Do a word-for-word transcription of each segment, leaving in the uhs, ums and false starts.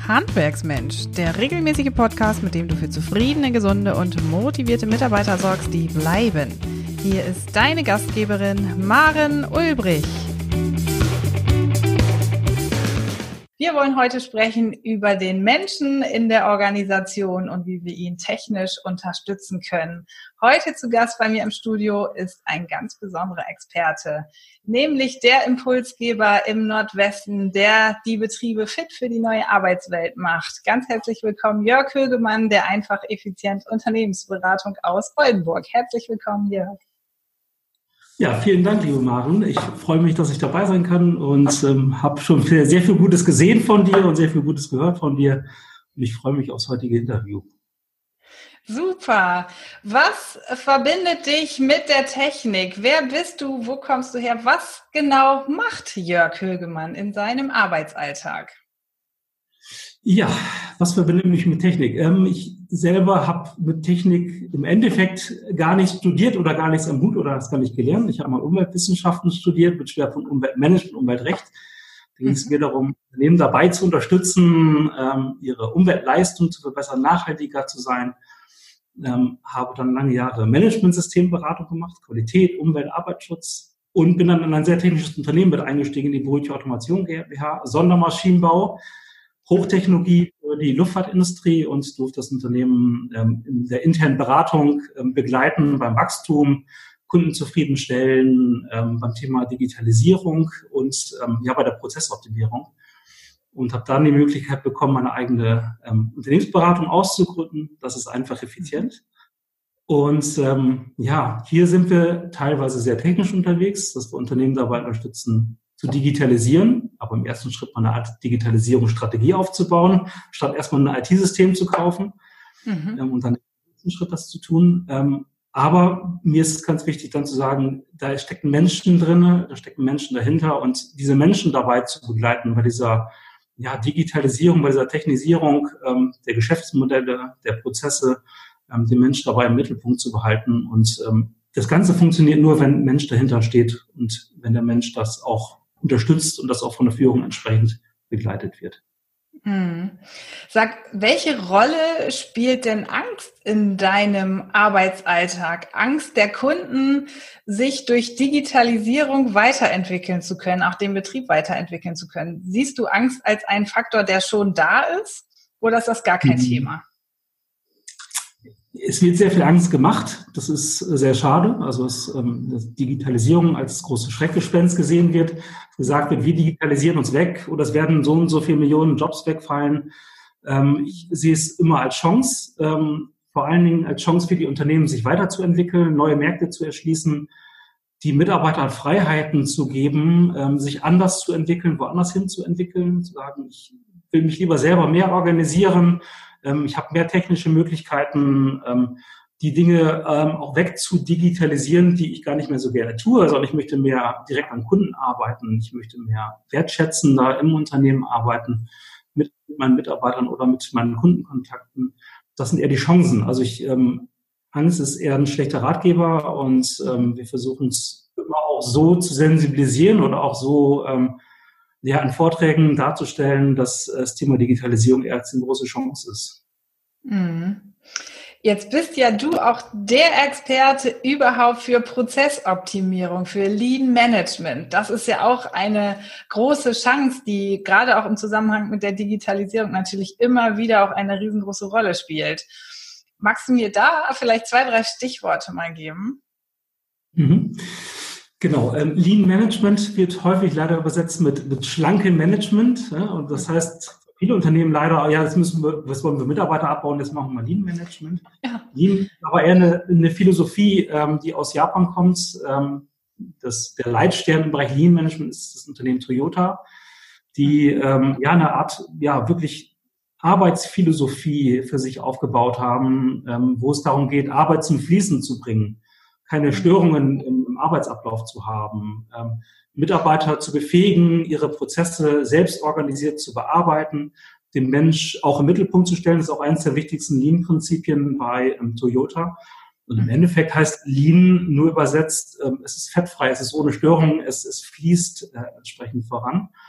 Handwerksmensch, der regelmäßige Podcast, mit dem du für zufriedene, gesunde und motivierte Mitarbeiter sorgst, die bleiben. Hier ist deine Gastgeberin Maren Ulbrich. Wir wollen heute sprechen über den Menschen in der Organisation und wie wir ihn technisch unterstützen können. Heute zu Gast bei mir im Studio ist ein ganz besonderer Experte, nämlich der Impulsgeber im Nordwesten, der die Betriebe fit für die neue Arbeitswelt macht. Ganz herzlich willkommen, Jörg Högemann, der einfach effizient Unternehmensberatung aus Oldenburg. Herzlich willkommen, Jörg. Ja, vielen Dank, liebe Maren. Ich freue mich, dass ich dabei sein kann und ähm, habe schon sehr, sehr viel Gutes gesehen von dir und sehr viel Gutes gehört von dir. Und ich freue mich aufs heutige Interview. Super. Was verbindet dich mit der Technik? Wer bist du? Wo kommst du her? Was genau macht Jörg Högemann in seinem Arbeitsalltag? Ja, was verbindet mich mit Technik? Ähm, ich selber habe mit Technik im Endeffekt gar nicht studiert oder gar nichts am Hut oder das gar nicht gelernt. Ich habe mal Umweltwissenschaften studiert mit Schwerpunkt Umweltmanagement, Umweltrecht. Da ging es mhm. mir darum, Unternehmen dabei zu unterstützen, ähm, ihre Umweltleistung zu verbessern, nachhaltiger zu sein. Ähm, habe dann lange Jahre Managementsystemberatung gemacht, Qualität, Umwelt, Arbeitsschutz und bin dann in ein sehr technisches Unternehmen mit eingestiegen, die Borucci Automation GmbH, Sondermaschinenbau, Hochtechnologie für die Luftfahrtindustrie und durfte das Unternehmen ähm, in der internen Beratung ähm, begleiten beim Wachstum, Kunden zufriedenstellen, ähm, beim Thema Digitalisierung und ähm, ja bei der Prozessoptimierung. Und habe dann die Möglichkeit bekommen, eine eigene ähm, Unternehmensberatung auszugründen. Das ist einfach effizient. Und ähm, ja, hier sind wir teilweise sehr technisch unterwegs, dass wir Unternehmen dabei unterstützen, zu digitalisieren, aber im ersten Schritt mal eine Art Digitalisierungsstrategie aufzubauen, statt erstmal ein I T-System zu kaufen mhm. ähm, und dann im nächsten Schritt das zu tun. Ähm, aber mir ist es ganz wichtig, dann zu sagen, da stecken Menschen drin, da stecken Menschen dahinter und diese Menschen dabei zu begleiten bei dieser ja, Digitalisierung, bei dieser Technisierung ähm, der Geschäftsmodelle, der Prozesse, ähm, den Menschen dabei im Mittelpunkt zu behalten. Und ähm, das Ganze funktioniert nur, wenn ein Mensch dahinter steht und wenn der Mensch das auch unterstützt und das auch von der Führung entsprechend begleitet wird. Hm. Sag, welche Rolle spielt denn Angst in deinem Arbeitsalltag? Angst der Kunden, sich durch Digitalisierung weiterentwickeln zu können, auch den Betrieb weiterentwickeln zu können. Siehst du Angst als einen Faktor, der schon da ist, oder ist das gar kein mhm. Thema? Es wird sehr viel Angst gemacht. Das ist sehr schade. Also es, ähm, dass Digitalisierung als großes Schreckgespenst gesehen wird. Gesagt wird, wir digitalisieren uns weg oder es werden so und so viele Millionen Jobs wegfallen. Ähm, ich sehe es immer als Chance, ähm, vor allen Dingen als Chance für die Unternehmen, sich weiterzuentwickeln, neue Märkte zu erschließen, die Mitarbeiter Freiheiten zu geben, ähm, sich anders zu entwickeln, woanders hin zu entwickeln, zu sagen, ich will mich lieber selber mehr organisieren. Ich habe mehr technische Möglichkeiten, die Dinge auch weg zu digitalisieren, die ich gar nicht mehr so gerne tue, sondern ich möchte mehr direkt am Kunden arbeiten. Ich möchte mehr wertschätzender im Unternehmen arbeiten, mit meinen Mitarbeitern oder mit meinen Kundenkontakten. Das sind eher die Chancen. Also ich, Angst ist eher ein schlechter Ratgeber und wir versuchen es immer auch so zu sensibilisieren oder auch so ja, in Vorträgen darzustellen, dass das Thema Digitalisierung eher eine große Chance ist. Jetzt bist ja du auch der Experte überhaupt für Prozessoptimierung, für Lean Management. Das ist ja auch eine große Chance, die gerade auch im Zusammenhang mit der Digitalisierung natürlich immer wieder auch eine riesengroße Rolle spielt. Magst du mir da vielleicht zwei, drei Stichworte mal geben? Mhm. Genau, ähm, Lean Management wird häufig leider übersetzt mit, mit schlankem Management. Ja, und das heißt, viele Unternehmen leider, ja, jetzt müssen wir, was wollen wir Mitarbeiter abbauen, jetzt machen wir Lean Management. Ja. Lean ist aber eher eine, eine Philosophie, ähm, die aus Japan kommt. Ähm, das, der Leitstern im Bereich Lean Management ist das Unternehmen Toyota, die ähm, ja eine Art, ja, wirklich Arbeitsphilosophie für sich aufgebaut haben, ähm, wo es darum geht, Arbeit zum Fließen zu bringen, keine Störungen im, im Arbeitsablauf zu haben, ähm, Mitarbeiter zu befähigen, ihre Prozesse selbst organisiert zu bearbeiten, den Mensch auch im Mittelpunkt zu stellen. Das ist auch eines der wichtigsten Lean-Prinzipien bei ähm, Toyota. Und im Endeffekt heißt Lean nur übersetzt, ähm, es ist fettfrei, es ist ohne Störung, es, es fließt äh, entsprechend voran.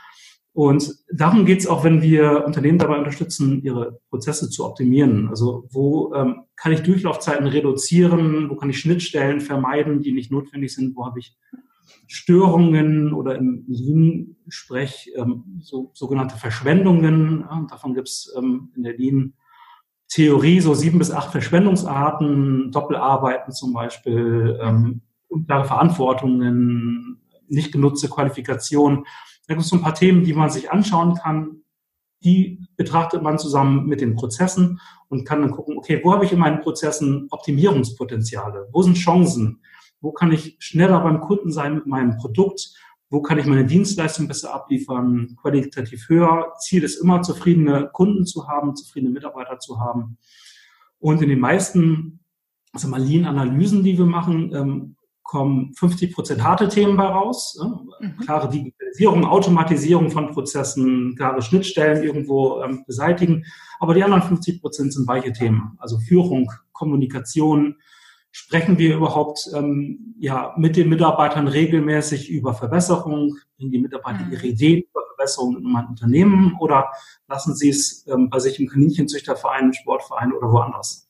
Und darum geht es auch, wenn wir Unternehmen dabei unterstützen, ihre Prozesse zu optimieren. Also wo ähm, kann ich Durchlaufzeiten reduzieren, wo kann ich Schnittstellen vermeiden, die nicht notwendig sind, wo habe ich Störungen oder im Lean-Sprech ähm, so, sogenannte Verschwendungen. Ja, davon gibt es ähm, in der Lean-Theorie so sieben bis acht Verschwendungsarten, Doppelarbeiten zum Beispiel, ähm, unklare Verantwortungen, nicht genutzte Qualifikationen. Da gibt es so ein paar Themen, die man sich anschauen kann. Die betrachtet man zusammen mit den Prozessen und kann dann gucken, okay, wo habe ich in meinen Prozessen Optimierungspotenziale? Wo sind Chancen? Wo kann ich schneller beim Kunden sein mit meinem Produkt? Wo kann ich meine Dienstleistung besser abliefern? Qualitativ höher. Ziel ist immer, zufriedene Kunden zu haben, zufriedene Mitarbeiter zu haben. Und in den meisten, also mal Lean-Analysen, die wir machen, ähm, kommen fünfzig Prozent harte Themen bei raus. Ja? Mhm. Klare Digitalisierung, Automatisierung von Prozessen, klare Schnittstellen irgendwo ähm, beseitigen. Aber die anderen fünfzig Prozent sind weiche Themen. Also Führung, Kommunikation. Sprechen wir überhaupt ähm, ja mit den Mitarbeitern regelmäßig über Verbesserung? Bringen die Mitarbeiter mhm. ihre Ideen über Verbesserungen in meinem Unternehmen oder lassen sie es ähm, bei sich im Kaninchenzüchterverein, Sportverein oder woanders?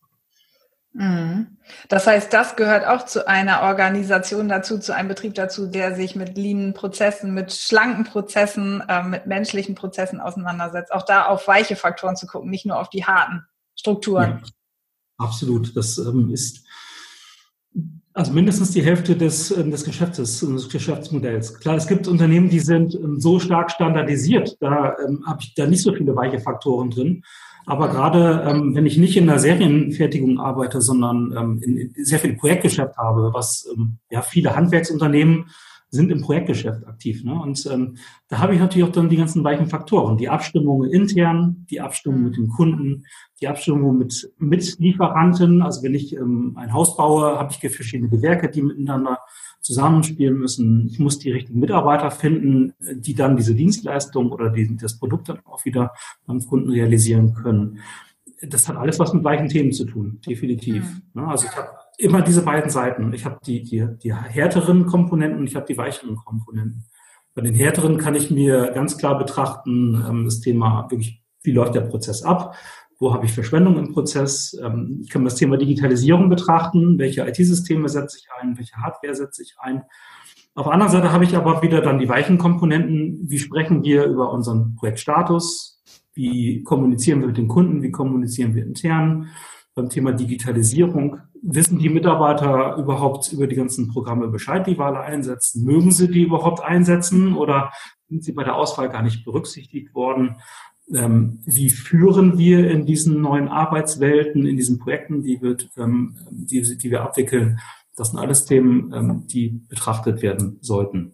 Das heißt, das gehört auch zu einer Organisation dazu, zu einem Betrieb dazu, der sich mit Lean-Prozessen, mit schlanken Prozessen, äh, mit menschlichen Prozessen auseinandersetzt. Auch da auf weiche Faktoren zu gucken, nicht nur auf die harten Strukturen. Ja, absolut. Das ähm, ist also mindestens die Hälfte des, des Geschäftes, des Geschäftsmodells. Klar, es gibt Unternehmen, die sind ähm, so stark standardisiert, da ähm, habe ich da nicht so viele weiche Faktoren drin. Aber gerade ähm, wenn ich nicht in der Serienfertigung arbeite, sondern ähm, in, in sehr viel Projektgeschäft habe, was ähm, ja viele Handwerksunternehmen sind im Projektgeschäft aktiv. Ne? Und ähm, da habe ich natürlich auch dann die ganzen weichen Faktoren. Die Abstimmung intern, die Abstimmung mit dem Kunden, die Abstimmung mit, mit Lieferanten. Also wenn ich ähm, ein Haus baue, habe ich verschiedene Gewerke, die miteinander zusammenspielen müssen. Ich muss die richtigen Mitarbeiter finden, die dann diese Dienstleistung oder die, das Produkt dann auch wieder beim Kunden realisieren können. Das hat alles was mit weichen Themen zu tun, definitiv. Mhm. Also ich habe immer diese beiden Seiten. Ich habe die, die, die härteren Komponenten und ich habe die weicheren Komponenten. Bei den härteren kann ich mir ganz klar betrachten, ähm, das Thema wirklich, wie läuft der Prozess ab? Wo habe ich Verschwendung im Prozess? Ähm, ich kann das Thema Digitalisierung betrachten. Welche I T-Systeme setze ich ein? Welche Hardware setze ich ein? Auf der anderen Seite habe ich aber wieder dann die weichen Komponenten. Wie sprechen wir über unseren Projektstatus? Wie kommunizieren wir mit den Kunden? Wie kommunizieren wir intern? Beim Thema Digitalisierung. Wissen die Mitarbeiter überhaupt über die ganzen Programme Bescheid, die wir alle einsetzen? Mögen sie die überhaupt einsetzen oder sind sie bei der Auswahl gar nicht berücksichtigt worden? Ähm, wie führen wir in diesen neuen Arbeitswelten, in diesen Projekten, die wir, ähm, die, die wir abwickeln? Das sind alles Themen, ähm, die betrachtet werden sollten.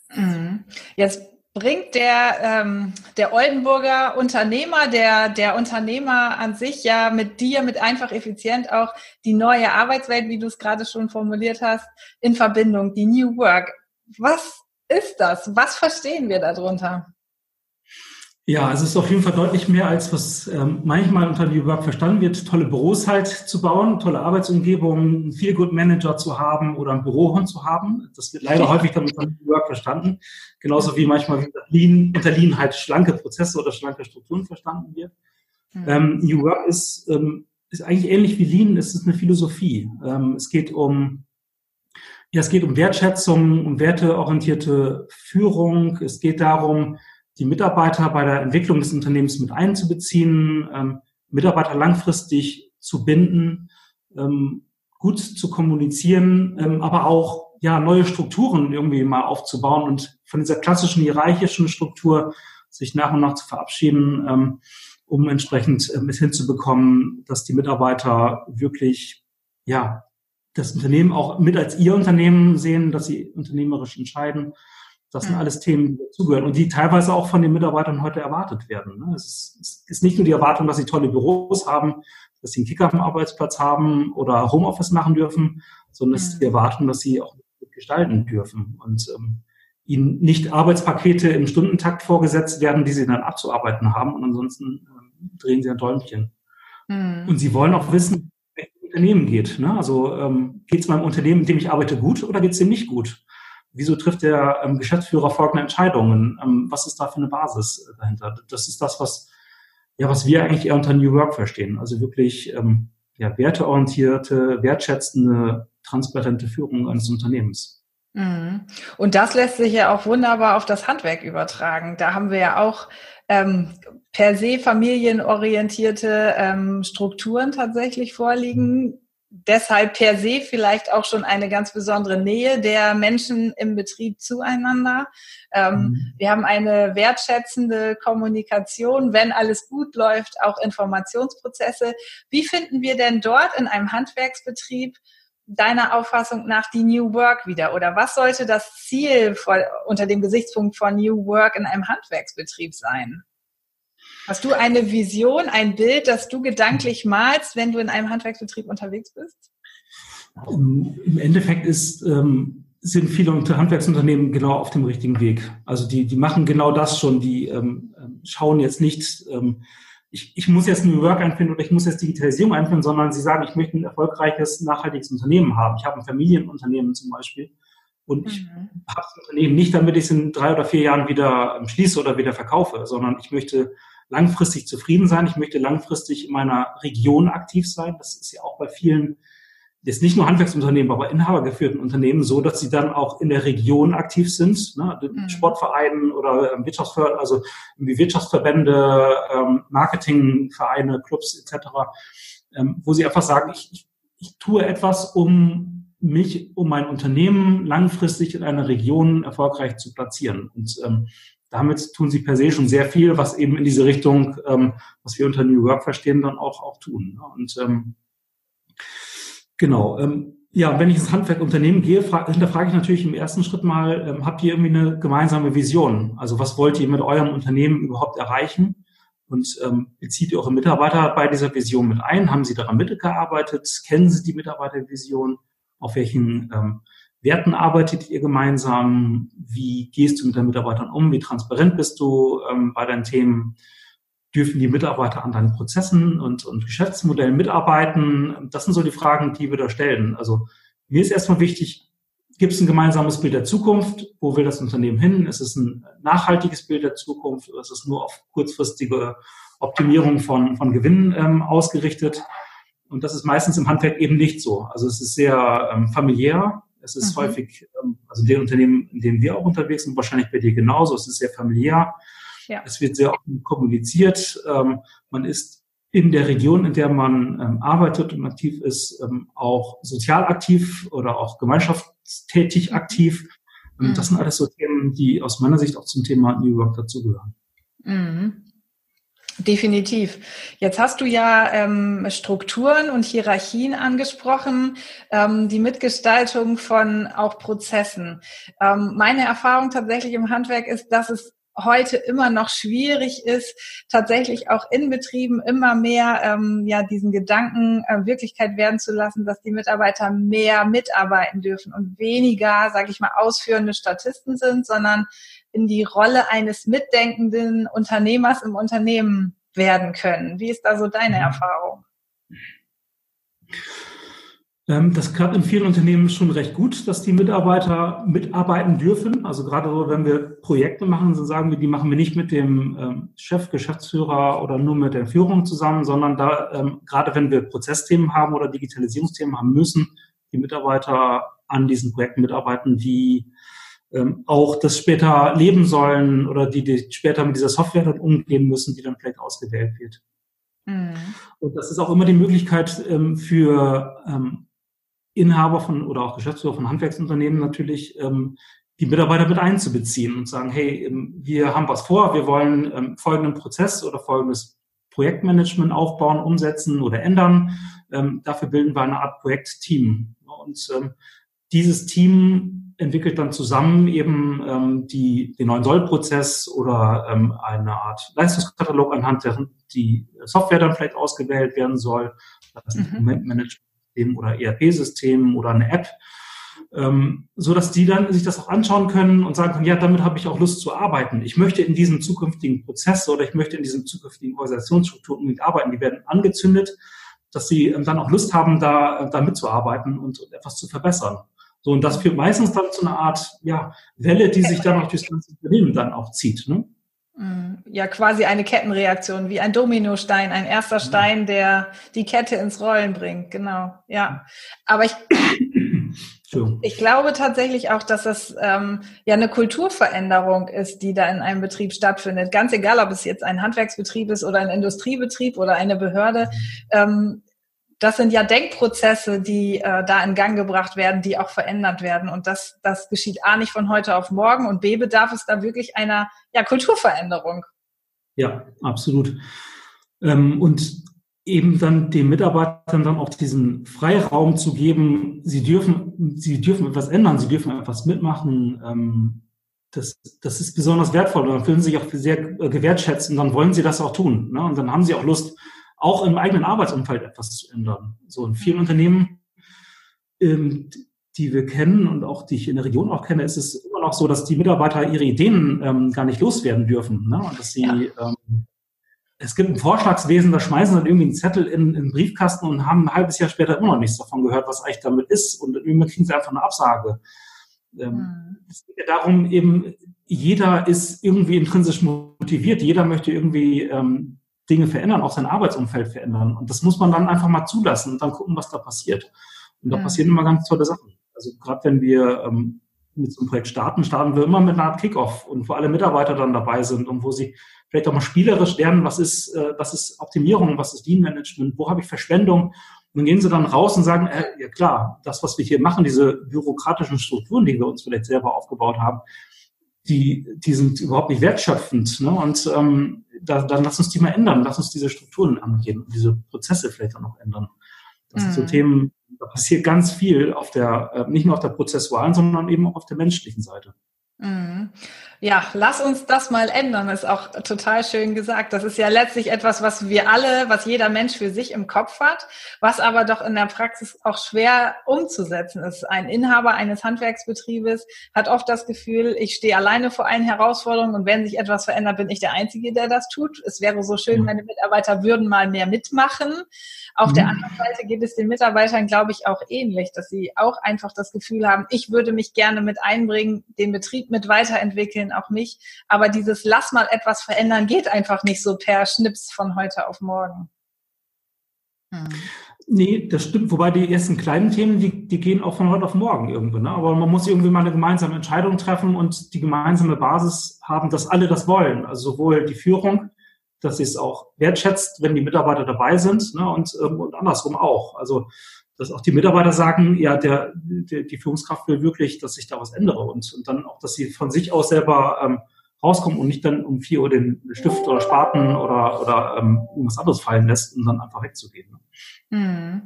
Jetzt bringt der, ähm, der Oldenburger Unternehmer, der, der Unternehmer an sich ja mit dir, mit einfach effizient auch die neue Arbeitswelt, wie du es gerade schon formuliert hast, in Verbindung, die New Work. Was ist das? Was verstehen wir darunter? Ja, es ist auf jeden Fall deutlich mehr, als was ähm, manchmal unter New Work verstanden wird, tolle Büros halt zu bauen, tolle Arbeitsumgebungen, einen Feel-Good-Manager zu haben oder einen Bürohund zu haben. Das wird leider ja. häufig dann unter New Work verstanden. Genauso wie manchmal unter Lean, unter Lean halt schlanke Prozesse oder schlanke Strukturen verstanden wird. Mhm. Ähm, New Work ist, ähm, ist eigentlich ähnlich wie Lean, es ist eine Philosophie. Ähm, es geht um ja, es geht um Wertschätzung, um werteorientierte Führung. Es geht darum, die Mitarbeiter bei der Entwicklung des Unternehmens mit einzubeziehen, ähm, Mitarbeiter langfristig zu binden, ähm, gut zu kommunizieren, ähm, aber auch ja neue Strukturen irgendwie mal aufzubauen und von dieser klassischen hierarchischen Struktur sich nach und nach zu verabschieden, ähm, um entsprechend äh, mit hinzubekommen, dass die Mitarbeiter wirklich ja das Unternehmen auch mit als ihr Unternehmen sehen, dass sie unternehmerisch entscheiden. Das sind alles Themen, die dazugehören und die teilweise auch von den Mitarbeitern heute erwartet werden. Es ist nicht nur die Erwartung, dass sie tolle Büros haben, dass sie einen Kicker am Arbeitsplatz haben oder Homeoffice machen dürfen, sondern es ist die Erwartung, dass sie auch gestalten dürfen und ähm, ihnen nicht Arbeitspakete im Stundentakt vorgesetzt werden, die sie dann abzuarbeiten haben und ansonsten ähm, drehen sie ein Däumchen. Mhm. Und sie wollen auch wissen, wie es im Unternehmen geht. Ne? Also ähm, geht es meinem Unternehmen, in dem ich arbeite, gut oder geht es dem nicht gut? wieso trifft der ähm, Geschäftsführer folgende Entscheidungen? Ähm, was ist da für eine Basis dahinter? Das ist das, was, ja, was wir eigentlich eher unter New Work verstehen. Also wirklich, ähm, ja, werteorientierte, wertschätzende, transparente Führung eines Unternehmens. Und das lässt sich ja auch wunderbar auf das Handwerk übertragen. Da haben wir ja auch ähm, per se familienorientierte ähm, Strukturen tatsächlich vorliegen. Deshalb per se vielleicht auch schon eine ganz besondere Nähe der Menschen im Betrieb zueinander. Ähm, mhm. Wir haben eine wertschätzende Kommunikation, wenn alles gut läuft, auch Informationsprozesse. Wie finden wir denn dort in einem Handwerksbetrieb deiner Auffassung nach die New Work wieder? Oder was sollte das Ziel vor, unter dem Gesichtspunkt von New Work in einem Handwerksbetrieb sein? Hast du eine Vision, ein Bild, das du gedanklich malst, wenn du in einem Handwerksbetrieb unterwegs bist? Im Endeffekt ist, ähm, sind viele Handwerksunternehmen genau auf dem richtigen Weg. Also die, die machen genau das schon. Die ähm, schauen jetzt nicht, ähm, ich, ich muss jetzt New Work einführen oder ich muss jetzt Digitalisierung einführen, sondern sie sagen, ich möchte ein erfolgreiches, nachhaltiges Unternehmen haben. Ich habe ein Familienunternehmen zum Beispiel und ich mhm. habe das Unternehmen nicht, damit ich es in drei oder vier Jahren wieder schließe oder wieder verkaufe, sondern ich möchte langfristig zufrieden sein. Ich möchte langfristig in meiner Region aktiv sein. Das ist ja auch bei vielen, jetzt nicht nur Handwerksunternehmen, aber inhabergeführten Unternehmen so, dass sie dann auch in der Region aktiv sind, ne? Mhm. Sportvereinen oder Wirtschaftsver- also irgendwie Wirtschaftsverbände, ähm, Marketingvereine, Clubs et cetera, ähm, wo sie einfach sagen, ich, ich, ich tue etwas, um mich, um mein Unternehmen langfristig in einer Region erfolgreich zu platzieren. Und ähm, damit tun sie per se schon sehr viel, was eben in diese Richtung, ähm, was wir unter New Work verstehen, dann auch auch tun. Und ähm, genau, ähm, ja, wenn ich ins Handwerkunternehmen gehe, fra- hinterfrage ich natürlich im ersten Schritt mal, ähm, habt ihr irgendwie eine gemeinsame Vision? Also was wollt ihr mit eurem Unternehmen überhaupt erreichen? Und ähm, bezieht ihr eure Mitarbeiter bei dieser Vision mit ein? Haben sie daran mitgearbeitet? Kennen sie die Mitarbeitervision? Auf welchen ähm, Werten arbeitet ihr gemeinsam? Wie gehst du mit den Mitarbeitern um? Wie transparent bist du ähm, bei deinen Themen? Dürfen die Mitarbeiter an deinen Prozessen und, und Geschäftsmodellen mitarbeiten? Das sind so die Fragen, die wir da stellen. Also mir ist erstmal wichtig, gibt es ein gemeinsames Bild der Zukunft? Wo will das Unternehmen hin? Ist es ein nachhaltiges Bild der Zukunft? Oder ist es nur auf kurzfristige Optimierung von, von Gewinnen ähm, ausgerichtet? Und das ist meistens im Handwerk eben nicht so. Also es ist sehr ähm, familiär. Es ist mhm. häufig, also in den Unternehmen, in denen wir auch unterwegs sind, wahrscheinlich bei dir genauso, es ist sehr familiär. Ja. Es wird sehr offen kommuniziert. Ähm, man ist in der Region, in der man ähm, arbeitet und aktiv ist, ähm, auch sozial aktiv oder auch gemeinschaftstätig mhm. aktiv. Mhm. Das sind alles so Themen, die aus meiner Sicht auch zum Thema New Work dazugehören. Mhm. Definitiv. Jetzt hast du ja ähm, Strukturen und Hierarchien angesprochen, ähm, die Mitgestaltung von auch Prozessen. Ähm, meine Erfahrung tatsächlich im Handwerk ist, dass es heute immer noch schwierig ist, tatsächlich auch in Betrieben immer mehr ähm, ja diesen Gedanken äh, Wirklichkeit werden zu lassen, dass die Mitarbeiter mehr mitarbeiten dürfen und weniger, sage ich mal, ausführende Statisten sind, sondern in die Rolle eines mitdenkenden Unternehmers im Unternehmen werden können. Wie ist da so deine Erfahrung? Das klappt in vielen Unternehmen schon recht gut, dass die Mitarbeiter mitarbeiten dürfen. Also gerade so, wenn wir Projekte machen, so sagen wir, die machen wir nicht mit dem ähm, Chef, Geschäftsführer oder nur mit der Führung zusammen, sondern da ähm, gerade wenn wir Prozessthemen haben oder Digitalisierungsthemen haben, müssen die Mitarbeiter an diesen Projekten mitarbeiten, die ähm, auch das später leben sollen oder die, die später mit dieser Software dann umgehen müssen, die dann vielleicht ausgewählt wird. Mhm. Und das ist auch immer die Möglichkeit ähm, für ähm, Inhaber von oder auch Geschäftsführer von Handwerksunternehmen natürlich, ähm, die Mitarbeiter mit einzubeziehen und sagen, hey, ähm, wir haben was vor, wir wollen ähm, folgenden Prozess oder folgendes Projektmanagement aufbauen, umsetzen oder ändern. Ähm, dafür bilden wir eine Art Projektteam. Und ähm, dieses Team entwickelt dann zusammen eben ähm, die, den neuen Sollprozess oder ähm, eine Art Leistungskatalog, anhand der die Software dann vielleicht ausgewählt werden soll, das mhm. Dokumentmanagement oder E R P-System oder eine App, ähm, so dass die dann sich das auch anschauen können und sagen können, ja, damit habe ich auch Lust zu arbeiten. Ich möchte in diesem zukünftigen Prozess oder ich möchte in diesem zukünftigen Organisationsstruktur unbedingt arbeiten. Die werden angezündet, dass sie ähm, dann auch Lust haben, da, da mitzuarbeiten und etwas zu verbessern. So, und das führt meistens dann zu einer Art, ja, Welle, die sich dann auch durchs ganze Unternehmen dann auch zieht, ne? Ja, quasi eine Kettenreaktion, wie ein Dominostein, ein erster Stein, der die Kette ins Rollen bringt, genau, ja. Aber ich, ich glaube tatsächlich auch, dass das ähm, ja eine Kulturveränderung ist, die da in einem Betrieb stattfindet. Ganz egal, ob es jetzt ein Handwerksbetrieb ist oder ein Industriebetrieb oder eine Behörde, ähm, das sind ja Denkprozesse, die äh, da in Gang gebracht werden, die auch verändert werden. Und das, das geschieht A, nicht von heute auf morgen, und B, bedarf es da wirklich einer ja, Kulturveränderung. Ja, absolut. Ähm, und eben dann den Mitarbeitern dann auch diesen Freiraum zu geben, sie dürfen, sie dürfen etwas ändern, sie dürfen etwas mitmachen. Ähm, das, das ist besonders wertvoll. Und dann fühlen sie sich auch sehr gewertschätzt und dann wollen sie das auch tun, ne? Und dann haben sie auch Lust, auch im eigenen Arbeitsumfeld etwas zu ändern. So in vielen Unternehmen, ähm, die wir kennen und auch die ich in der Region auch kenne, ist es immer noch so, dass die Mitarbeiter ihre Ideen ähm, gar nicht loswerden dürfen, ne? Und dass sie, ja. ähm, es gibt ein Vorschlagswesen, da schmeißen dann irgendwie einen Zettel in, in den Briefkasten und haben ein halbes Jahr später immer noch nichts davon gehört, was eigentlich damit ist. Und irgendwann kriegen sie einfach eine Absage. Ähm, hm. Es geht ja darum, eben, jeder ist irgendwie intrinsisch motiviert, jeder möchte irgendwie ähm, Dinge verändern, auch sein Arbeitsumfeld verändern. Und das muss man dann einfach mal zulassen und dann gucken, was da passiert. Und da mhm. passieren immer ganz tolle Sachen. Also gerade wenn wir ähm, mit so einem Projekt starten, starten wir immer mit einer Art Kick-Off und wo alle Mitarbeiter dann dabei sind und wo sie vielleicht auch mal spielerisch lernen, was ist, äh, was ist Optimierung, was ist Lean-Management, wo habe ich Verschwendung. Und dann gehen sie dann raus und sagen, äh, ja klar, das, was wir hier machen, diese bürokratischen Strukturen, die wir uns vielleicht selber aufgebaut haben, die, die sind überhaupt nicht wertschöpfend, ne? Und ähm, da, dann lass uns die mal ändern, lass uns diese Strukturen angehen und diese Prozesse vielleicht auch noch ändern. Das mhm. sind so Themen, da passiert ganz viel auf der, äh, nicht nur auf der prozessualen, sondern eben auch auf der menschlichen Seite. Mhm. Ja, lass uns das mal ändern, ist auch total schön gesagt. Das ist ja letztlich etwas, was wir alle, was jeder Mensch für sich im Kopf hat, was aber doch in der Praxis auch schwer umzusetzen ist. Ein Inhaber eines Handwerksbetriebes hat oft das Gefühl, ich stehe alleine vor allen Herausforderungen und wenn sich etwas verändert, bin ich der Einzige, der das tut. Es wäre so schön, meine Mitarbeiter würden mal mehr mitmachen. Auf mhm. der anderen Seite geht es den Mitarbeitern, glaube ich, auch ähnlich, dass sie auch einfach das Gefühl haben, ich würde mich gerne mit einbringen, den Betrieb mit weiterentwickeln, auch mich. Aber dieses Lass mal etwas verändern geht einfach nicht so per Schnips von heute auf morgen. Hm. Nee, das stimmt. Wobei die ersten kleinen Themen, die, die gehen auch von heute auf morgen irgendwie, ne? Aber man muss irgendwie mal eine gemeinsame Entscheidung treffen und die gemeinsame Basis haben, dass alle das wollen. Also sowohl die Führung, dass sie es auch wertschätzt, wenn die Mitarbeiter dabei sind, ne? Und, und andersrum auch. Also dass auch die Mitarbeiter sagen, ja, der, der die Führungskraft will wirklich, dass ich da was ändere und, und dann auch, dass sie von sich aus selber ähm, rauskommen und nicht dann um vier Uhr den Stift oder Spaten oder oder ähm, irgendwas anderes fallen lässt, um dann einfach wegzugehen. Hm.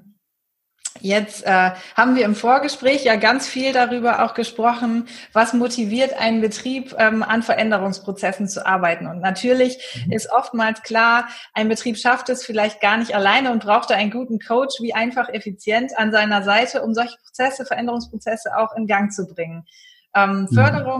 Jetzt äh, haben wir im Vorgespräch ja ganz viel darüber auch gesprochen, was motiviert einen Betrieb, ähm, an Veränderungsprozessen zu arbeiten. Und natürlich mhm. ist oftmals klar, ein Betrieb schafft es vielleicht gar nicht alleine und braucht da einen guten Coach, wie einfach effizient an seiner Seite, um solche Prozesse, Veränderungsprozesse auch in Gang zu bringen. Ähm,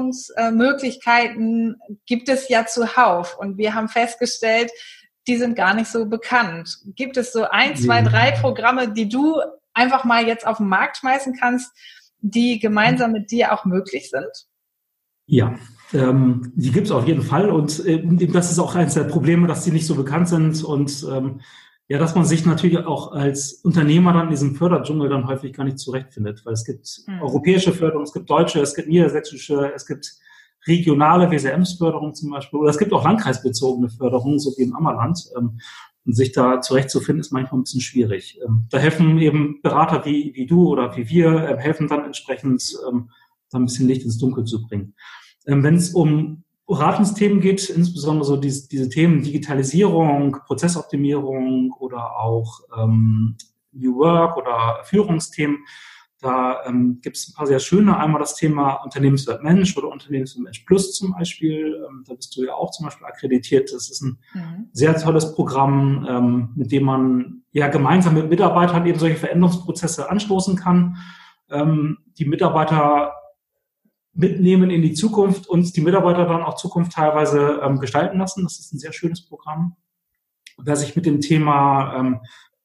Förderungsmöglichkeiten äh, gibt es ja zuhauf. Und wir haben festgestellt, die sind gar nicht so bekannt. Gibt es so ein, zwei, drei Programme, die du einfach mal jetzt auf den Markt schmeißen kannst, die gemeinsam mit dir auch möglich sind? Ja, ähm, die gibt es auf jeden Fall und äh, das ist auch eines der Probleme, dass die nicht so bekannt sind und ähm, ja, dass man sich natürlich auch als Unternehmer dann in diesem Förderdschungel dann häufig gar nicht zurechtfindet, weil es gibt mhm. europäische Förderung, es gibt deutsche, es gibt niedersächsische, es gibt regionale W S M S-Förderung zum Beispiel oder es gibt auch landkreisbezogene Förderungen, so wie im Ammerland. Ähm, Und sich da zurechtzufinden, ist manchmal ein bisschen schwierig. Da helfen eben Berater wie, wie du oder wie wir, helfen dann entsprechend, da ein bisschen Licht ins Dunkel zu bringen. Wenn es um Beratungsthemen geht, insbesondere so diese, diese Themen Digitalisierung, Prozessoptimierung oder auch ähm, New Work oder Führungsthemen, da ähm, gibt es ein paar sehr schöne. Einmal das Thema Unternehmenswert Mensch oder Unternehmenswert Mensch Plus zum Beispiel. Ähm, da bist du ja auch zum Beispiel akkreditiert. Das ist ein mhm. sehr tolles Programm, ähm, mit dem man ja gemeinsam mit Mitarbeitern eben solche Veränderungsprozesse anstoßen kann. Ähm, die Mitarbeiter mitnehmen in die Zukunft und die Mitarbeiter dann auch Zukunft teilweise ähm, gestalten lassen. Das ist ein sehr schönes Programm. Wer sich mit dem Thema ähm,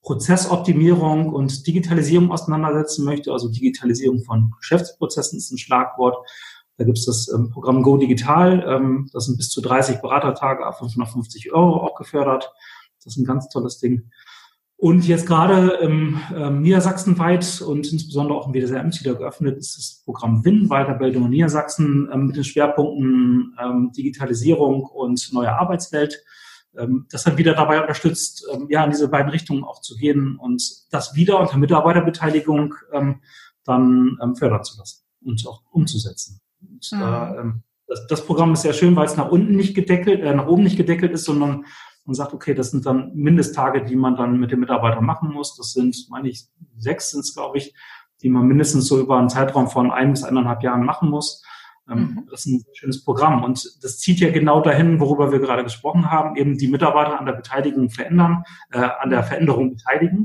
Prozessoptimierung und Digitalisierung auseinandersetzen möchte. Also Digitalisierung von Geschäftsprozessen ist ein Schlagwort. Da gibt es das ähm, Programm Go Digital. Ähm, das sind bis zu dreißig Beratertage ab fünfhundertfünfzig Euro auch gefördert. Das ist ein ganz tolles Ding. Und jetzt gerade im ähm, Niedersachsenweit und insbesondere auch im W D S R M wieder geöffnet ist das Programm W I N, Weiterbildung in Niedersachsen, ähm, mit den Schwerpunkten ähm, Digitalisierung und neue Arbeitswelt. Ähm, das hat wieder dabei unterstützt, ähm, ja, in diese beiden Richtungen auch zu gehen und das wieder unter Mitarbeiterbeteiligung ähm, dann ähm, fördern zu lassen und auch umzusetzen. Und, mhm. äh, ähm, das, das Programm ist sehr schön, weil es nach unten nicht gedeckelt, äh, nach oben nicht gedeckelt ist, sondern man sagt, okay, das sind dann Mindesttage, die man dann mit den Mitarbeitern machen muss. Das sind, meine ich, sechs sind es, glaube ich, die man mindestens so über einen Zeitraum von ein bis eineinhalb Jahren machen muss. Mhm. Das ist ein schönes Programm. Und das zieht ja genau dahin, worüber wir gerade gesprochen haben, eben die Mitarbeiter an der Beteiligung verändern, äh, an der Veränderung beteiligen.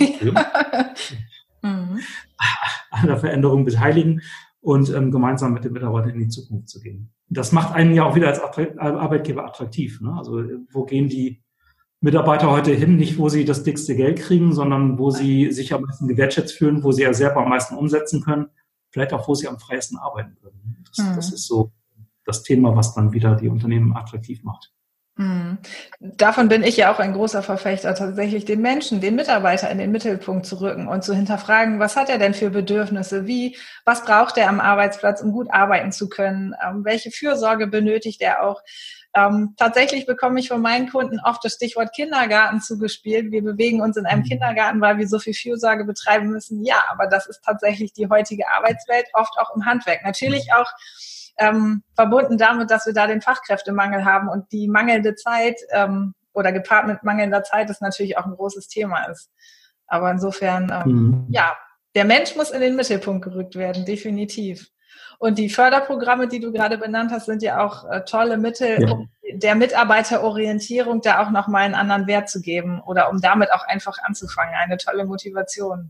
mhm. An der Veränderung beteiligen und ähm, gemeinsam mit den Mitarbeitern in die Zukunft zu gehen. Das macht einen ja auch wieder als Arbeitgeber attraktiv. Ne? Also wo gehen die Mitarbeiter heute hin? Nicht, wo sie das dickste Geld kriegen, sondern wo sie sich am meisten gewertschätzt fühlen, wo sie ja selber am meisten umsetzen können. Vielleicht auch, wo sie am freiesten arbeiten können. Das, mhm. das ist so das Thema, was dann wieder die Unternehmen attraktiv macht. Hm. Davon bin ich ja auch ein großer Verfechter, tatsächlich den Menschen, den Mitarbeiter in den Mittelpunkt zu rücken und zu hinterfragen, was hat er denn für Bedürfnisse, wie, was braucht er am Arbeitsplatz, um gut arbeiten zu können, ähm, welche Fürsorge benötigt er auch. Ähm, tatsächlich bekomme ich von meinen Kunden oft das Stichwort Kindergarten zugespielt. Wir bewegen uns in einem Kindergarten, weil wir so viel Fürsorge betreiben müssen. Ja, aber das ist tatsächlich die heutige Arbeitswelt, oft auch im Handwerk. Natürlich auch Ähm, verbunden damit, dass wir da den Fachkräftemangel haben und die mangelnde Zeit ähm, oder gepaart mit mangelnder Zeit ist natürlich auch ein großes Thema ist. Aber insofern, ähm, mhm. ja, der Mensch muss in den Mittelpunkt gerückt werden, definitiv. Und die Förderprogramme, die du gerade benannt hast, sind ja auch äh, tolle Mittel, ja. um der Mitarbeiterorientierung da auch nochmal einen anderen Wert zu geben oder um damit auch einfach anzufangen. Eine tolle Motivation.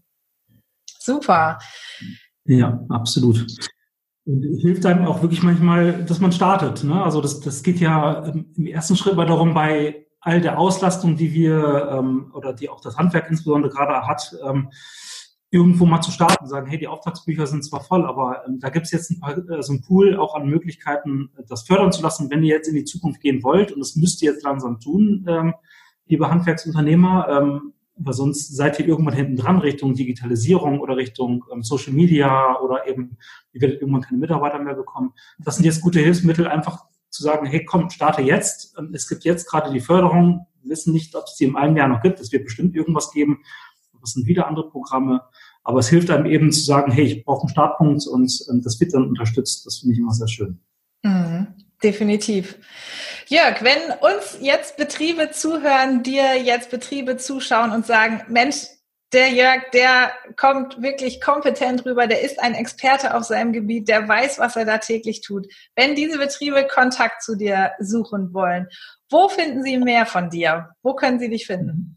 Super. Ja, absolut. Und hilft einem auch wirklich manchmal, dass man startet. Ne? Also das, das geht ja im ersten Schritt mal darum, bei all der Auslastung, die wir ähm, oder die auch das Handwerk insbesondere gerade hat, ähm, irgendwo mal zu starten, sagen, hey, die Auftragsbücher sind zwar voll, aber ähm, da gibt es jetzt ein paar, äh, so ein Pool auch an Möglichkeiten, das fördern zu lassen, wenn ihr jetzt in die Zukunft gehen wollt. Und das müsst ihr jetzt langsam tun, ähm, liebe Handwerksunternehmer. Ähm, Aber sonst seid ihr irgendwann hinten dran Richtung Digitalisierung oder Richtung ähm, Social Media oder eben, ihr werdet irgendwann keine Mitarbeiter mehr bekommen. Das sind jetzt gute Hilfsmittel, einfach zu sagen, hey, komm, starte jetzt. Es gibt jetzt gerade die Förderung. Wir wissen nicht, ob es die in einem Jahr noch gibt. Es wird bestimmt irgendwas geben. Das sind wieder andere Programme. Aber es hilft einem eben zu sagen, hey, ich brauche einen Startpunkt und, und das wird dann unterstützt. Das finde ich immer sehr schön. Mhm, definitiv. Jörg, wenn uns jetzt Betriebe zuhören, dir jetzt Betriebe zuschauen und sagen, Mensch, der Jörg, der kommt wirklich kompetent rüber, der ist ein Experte auf seinem Gebiet, der weiß, was er da täglich tut. Wenn diese Betriebe Kontakt zu dir suchen wollen, wo finden sie mehr von dir? Wo können sie dich finden?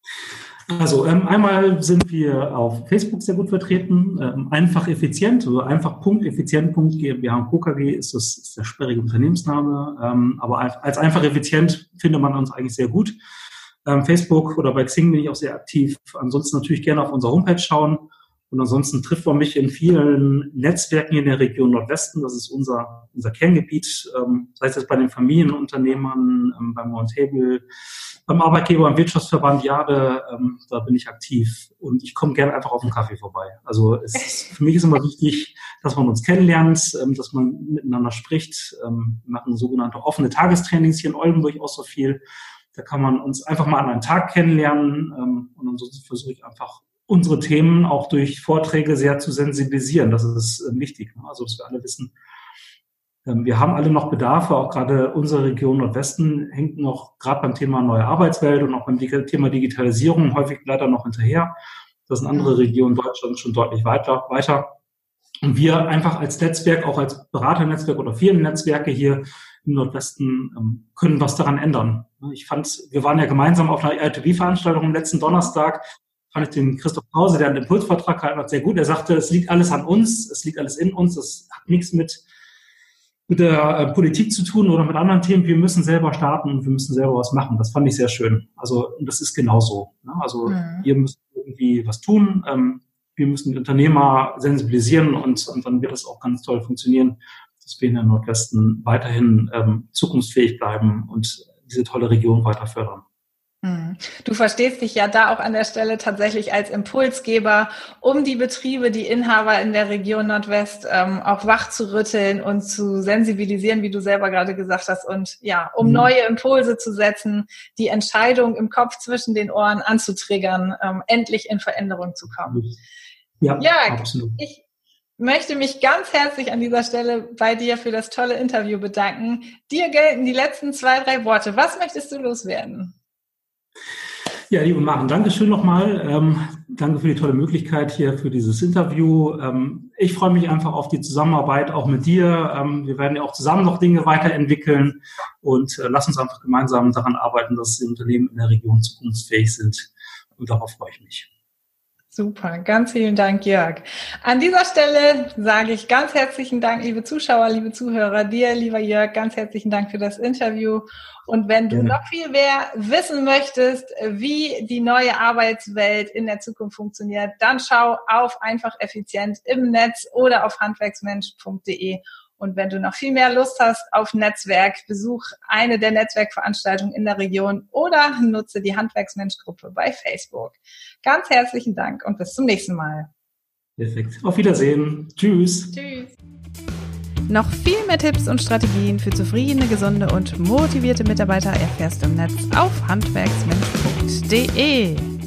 Also ähm, einmal sind wir auf Facebook sehr gut vertreten, ähm, einfach effizient, also einfach Punkt effizient Punkt GmbH und Co. KG ist das ist der sperrige Unternehmensname, ähm, aber als einfach effizient findet man uns eigentlich sehr gut. Ähm, Facebook oder bei Xing bin ich auch sehr aktiv. Ansonsten natürlich gerne auf unserer Homepage schauen und ansonsten trifft man mich in vielen Netzwerken in der Region Nordwesten. Das ist unser unser Kerngebiet, ähm, sei es jetzt bei den Familienunternehmern, ähm, beim Roundtable, beim Arbeitgeber, am Wirtschaftsverband Jade, ähm, da bin ich aktiv und ich komme gerne einfach auf einen Kaffee vorbei. Also es ist, für mich ist immer wichtig, dass man uns kennenlernt, ähm, dass man miteinander spricht. Ähm, wir machen sogenannte offene Tagestrainings hier in Oldenburg auch so viel. Da kann man uns einfach mal an einem Tag kennenlernen ähm, und ansonsten versuche ich einfach unsere Themen auch durch Vorträge sehr zu sensibilisieren. Das ist äh, wichtig, ne? Also dass wir alle wissen, wir haben alle noch Bedarfe, auch gerade unsere Region Nordwesten hängt noch gerade beim Thema neue Arbeitswelt und auch beim Thema Digitalisierung häufig leider noch hinterher. Das sind andere Regionen Deutschlands schon deutlich weiter. weiter. Und wir einfach als Netzwerk, auch als Beraternetzwerk oder Firmennetzwerke hier im Nordwesten können was daran ändern. Ich fand, wir waren ja gemeinsam auf einer R T V-Veranstaltung am letzten Donnerstag, fand ich den Christoph Pause, der einen Impulsvortrag gehalten hat, sehr gut. Er sagte, es liegt alles an uns, es liegt alles in uns, es hat nichts mit mit der äh, Politik zu tun oder mit anderen Themen. Wir müssen selber starten und wir müssen selber was machen. Das fand ich sehr schön. Also und das ist genauso. Ne? Also mhm. wir müssen irgendwie was tun. Ähm, wir müssen die Unternehmer sensibilisieren und, und dann wird das auch ganz toll funktionieren, dass wir in der Nordwesten weiterhin ähm, zukunftsfähig bleiben und diese tolle Region weiter fördern. Du verstehst dich ja da auch an der Stelle tatsächlich als Impulsgeber, um die Betriebe, die Inhaber in der Region Nordwest ähm, auch wach zu rütteln und zu sensibilisieren, wie du selber gerade gesagt hast, und ja, um mhm. neue Impulse zu setzen, die Entscheidung im Kopf zwischen den Ohren anzutriggern, ähm, endlich in Veränderung zu kommen. Ja, ja absolut. Ich möchte mich ganz herzlich an dieser Stelle bei dir für das tolle Interview bedanken. Dir gelten die letzten zwei, drei Worte. Was möchtest du loswerden? Ja, liebe Maren, danke schön nochmal. Ähm, danke für die tolle Möglichkeit hier für dieses Interview. Ähm, ich freue mich einfach auf die Zusammenarbeit auch mit dir. Ähm, wir werden ja auch zusammen noch Dinge weiterentwickeln und äh, lass uns einfach gemeinsam daran arbeiten, dass die Unternehmen in der Region zukunftsfähig sind. Und darauf freue ich mich. Super, ganz vielen Dank, Jörg. An dieser Stelle sage ich ganz herzlichen Dank, liebe Zuschauer, liebe Zuhörer, dir, lieber Jörg, ganz herzlichen Dank für das Interview. Und wenn du ja. noch viel mehr wissen möchtest, wie die neue Arbeitswelt in der Zukunft funktioniert, dann schau auf Einfach Effizient im Netz oder auf handwerksmensch punkt de. Und wenn du noch viel mehr Lust hast auf Netzwerk, besuch eine der Netzwerkveranstaltungen in der Region oder nutze die Handwerksmensch-Gruppe bei Facebook. Ganz herzlichen Dank und bis zum nächsten Mal. Perfekt. Auf Wiedersehen. Tschüss. Tschüss. Noch viel mehr Tipps und Strategien für zufriedene, gesunde und motivierte Mitarbeiter erfährst du im Netz auf handwerksmensch punkt de.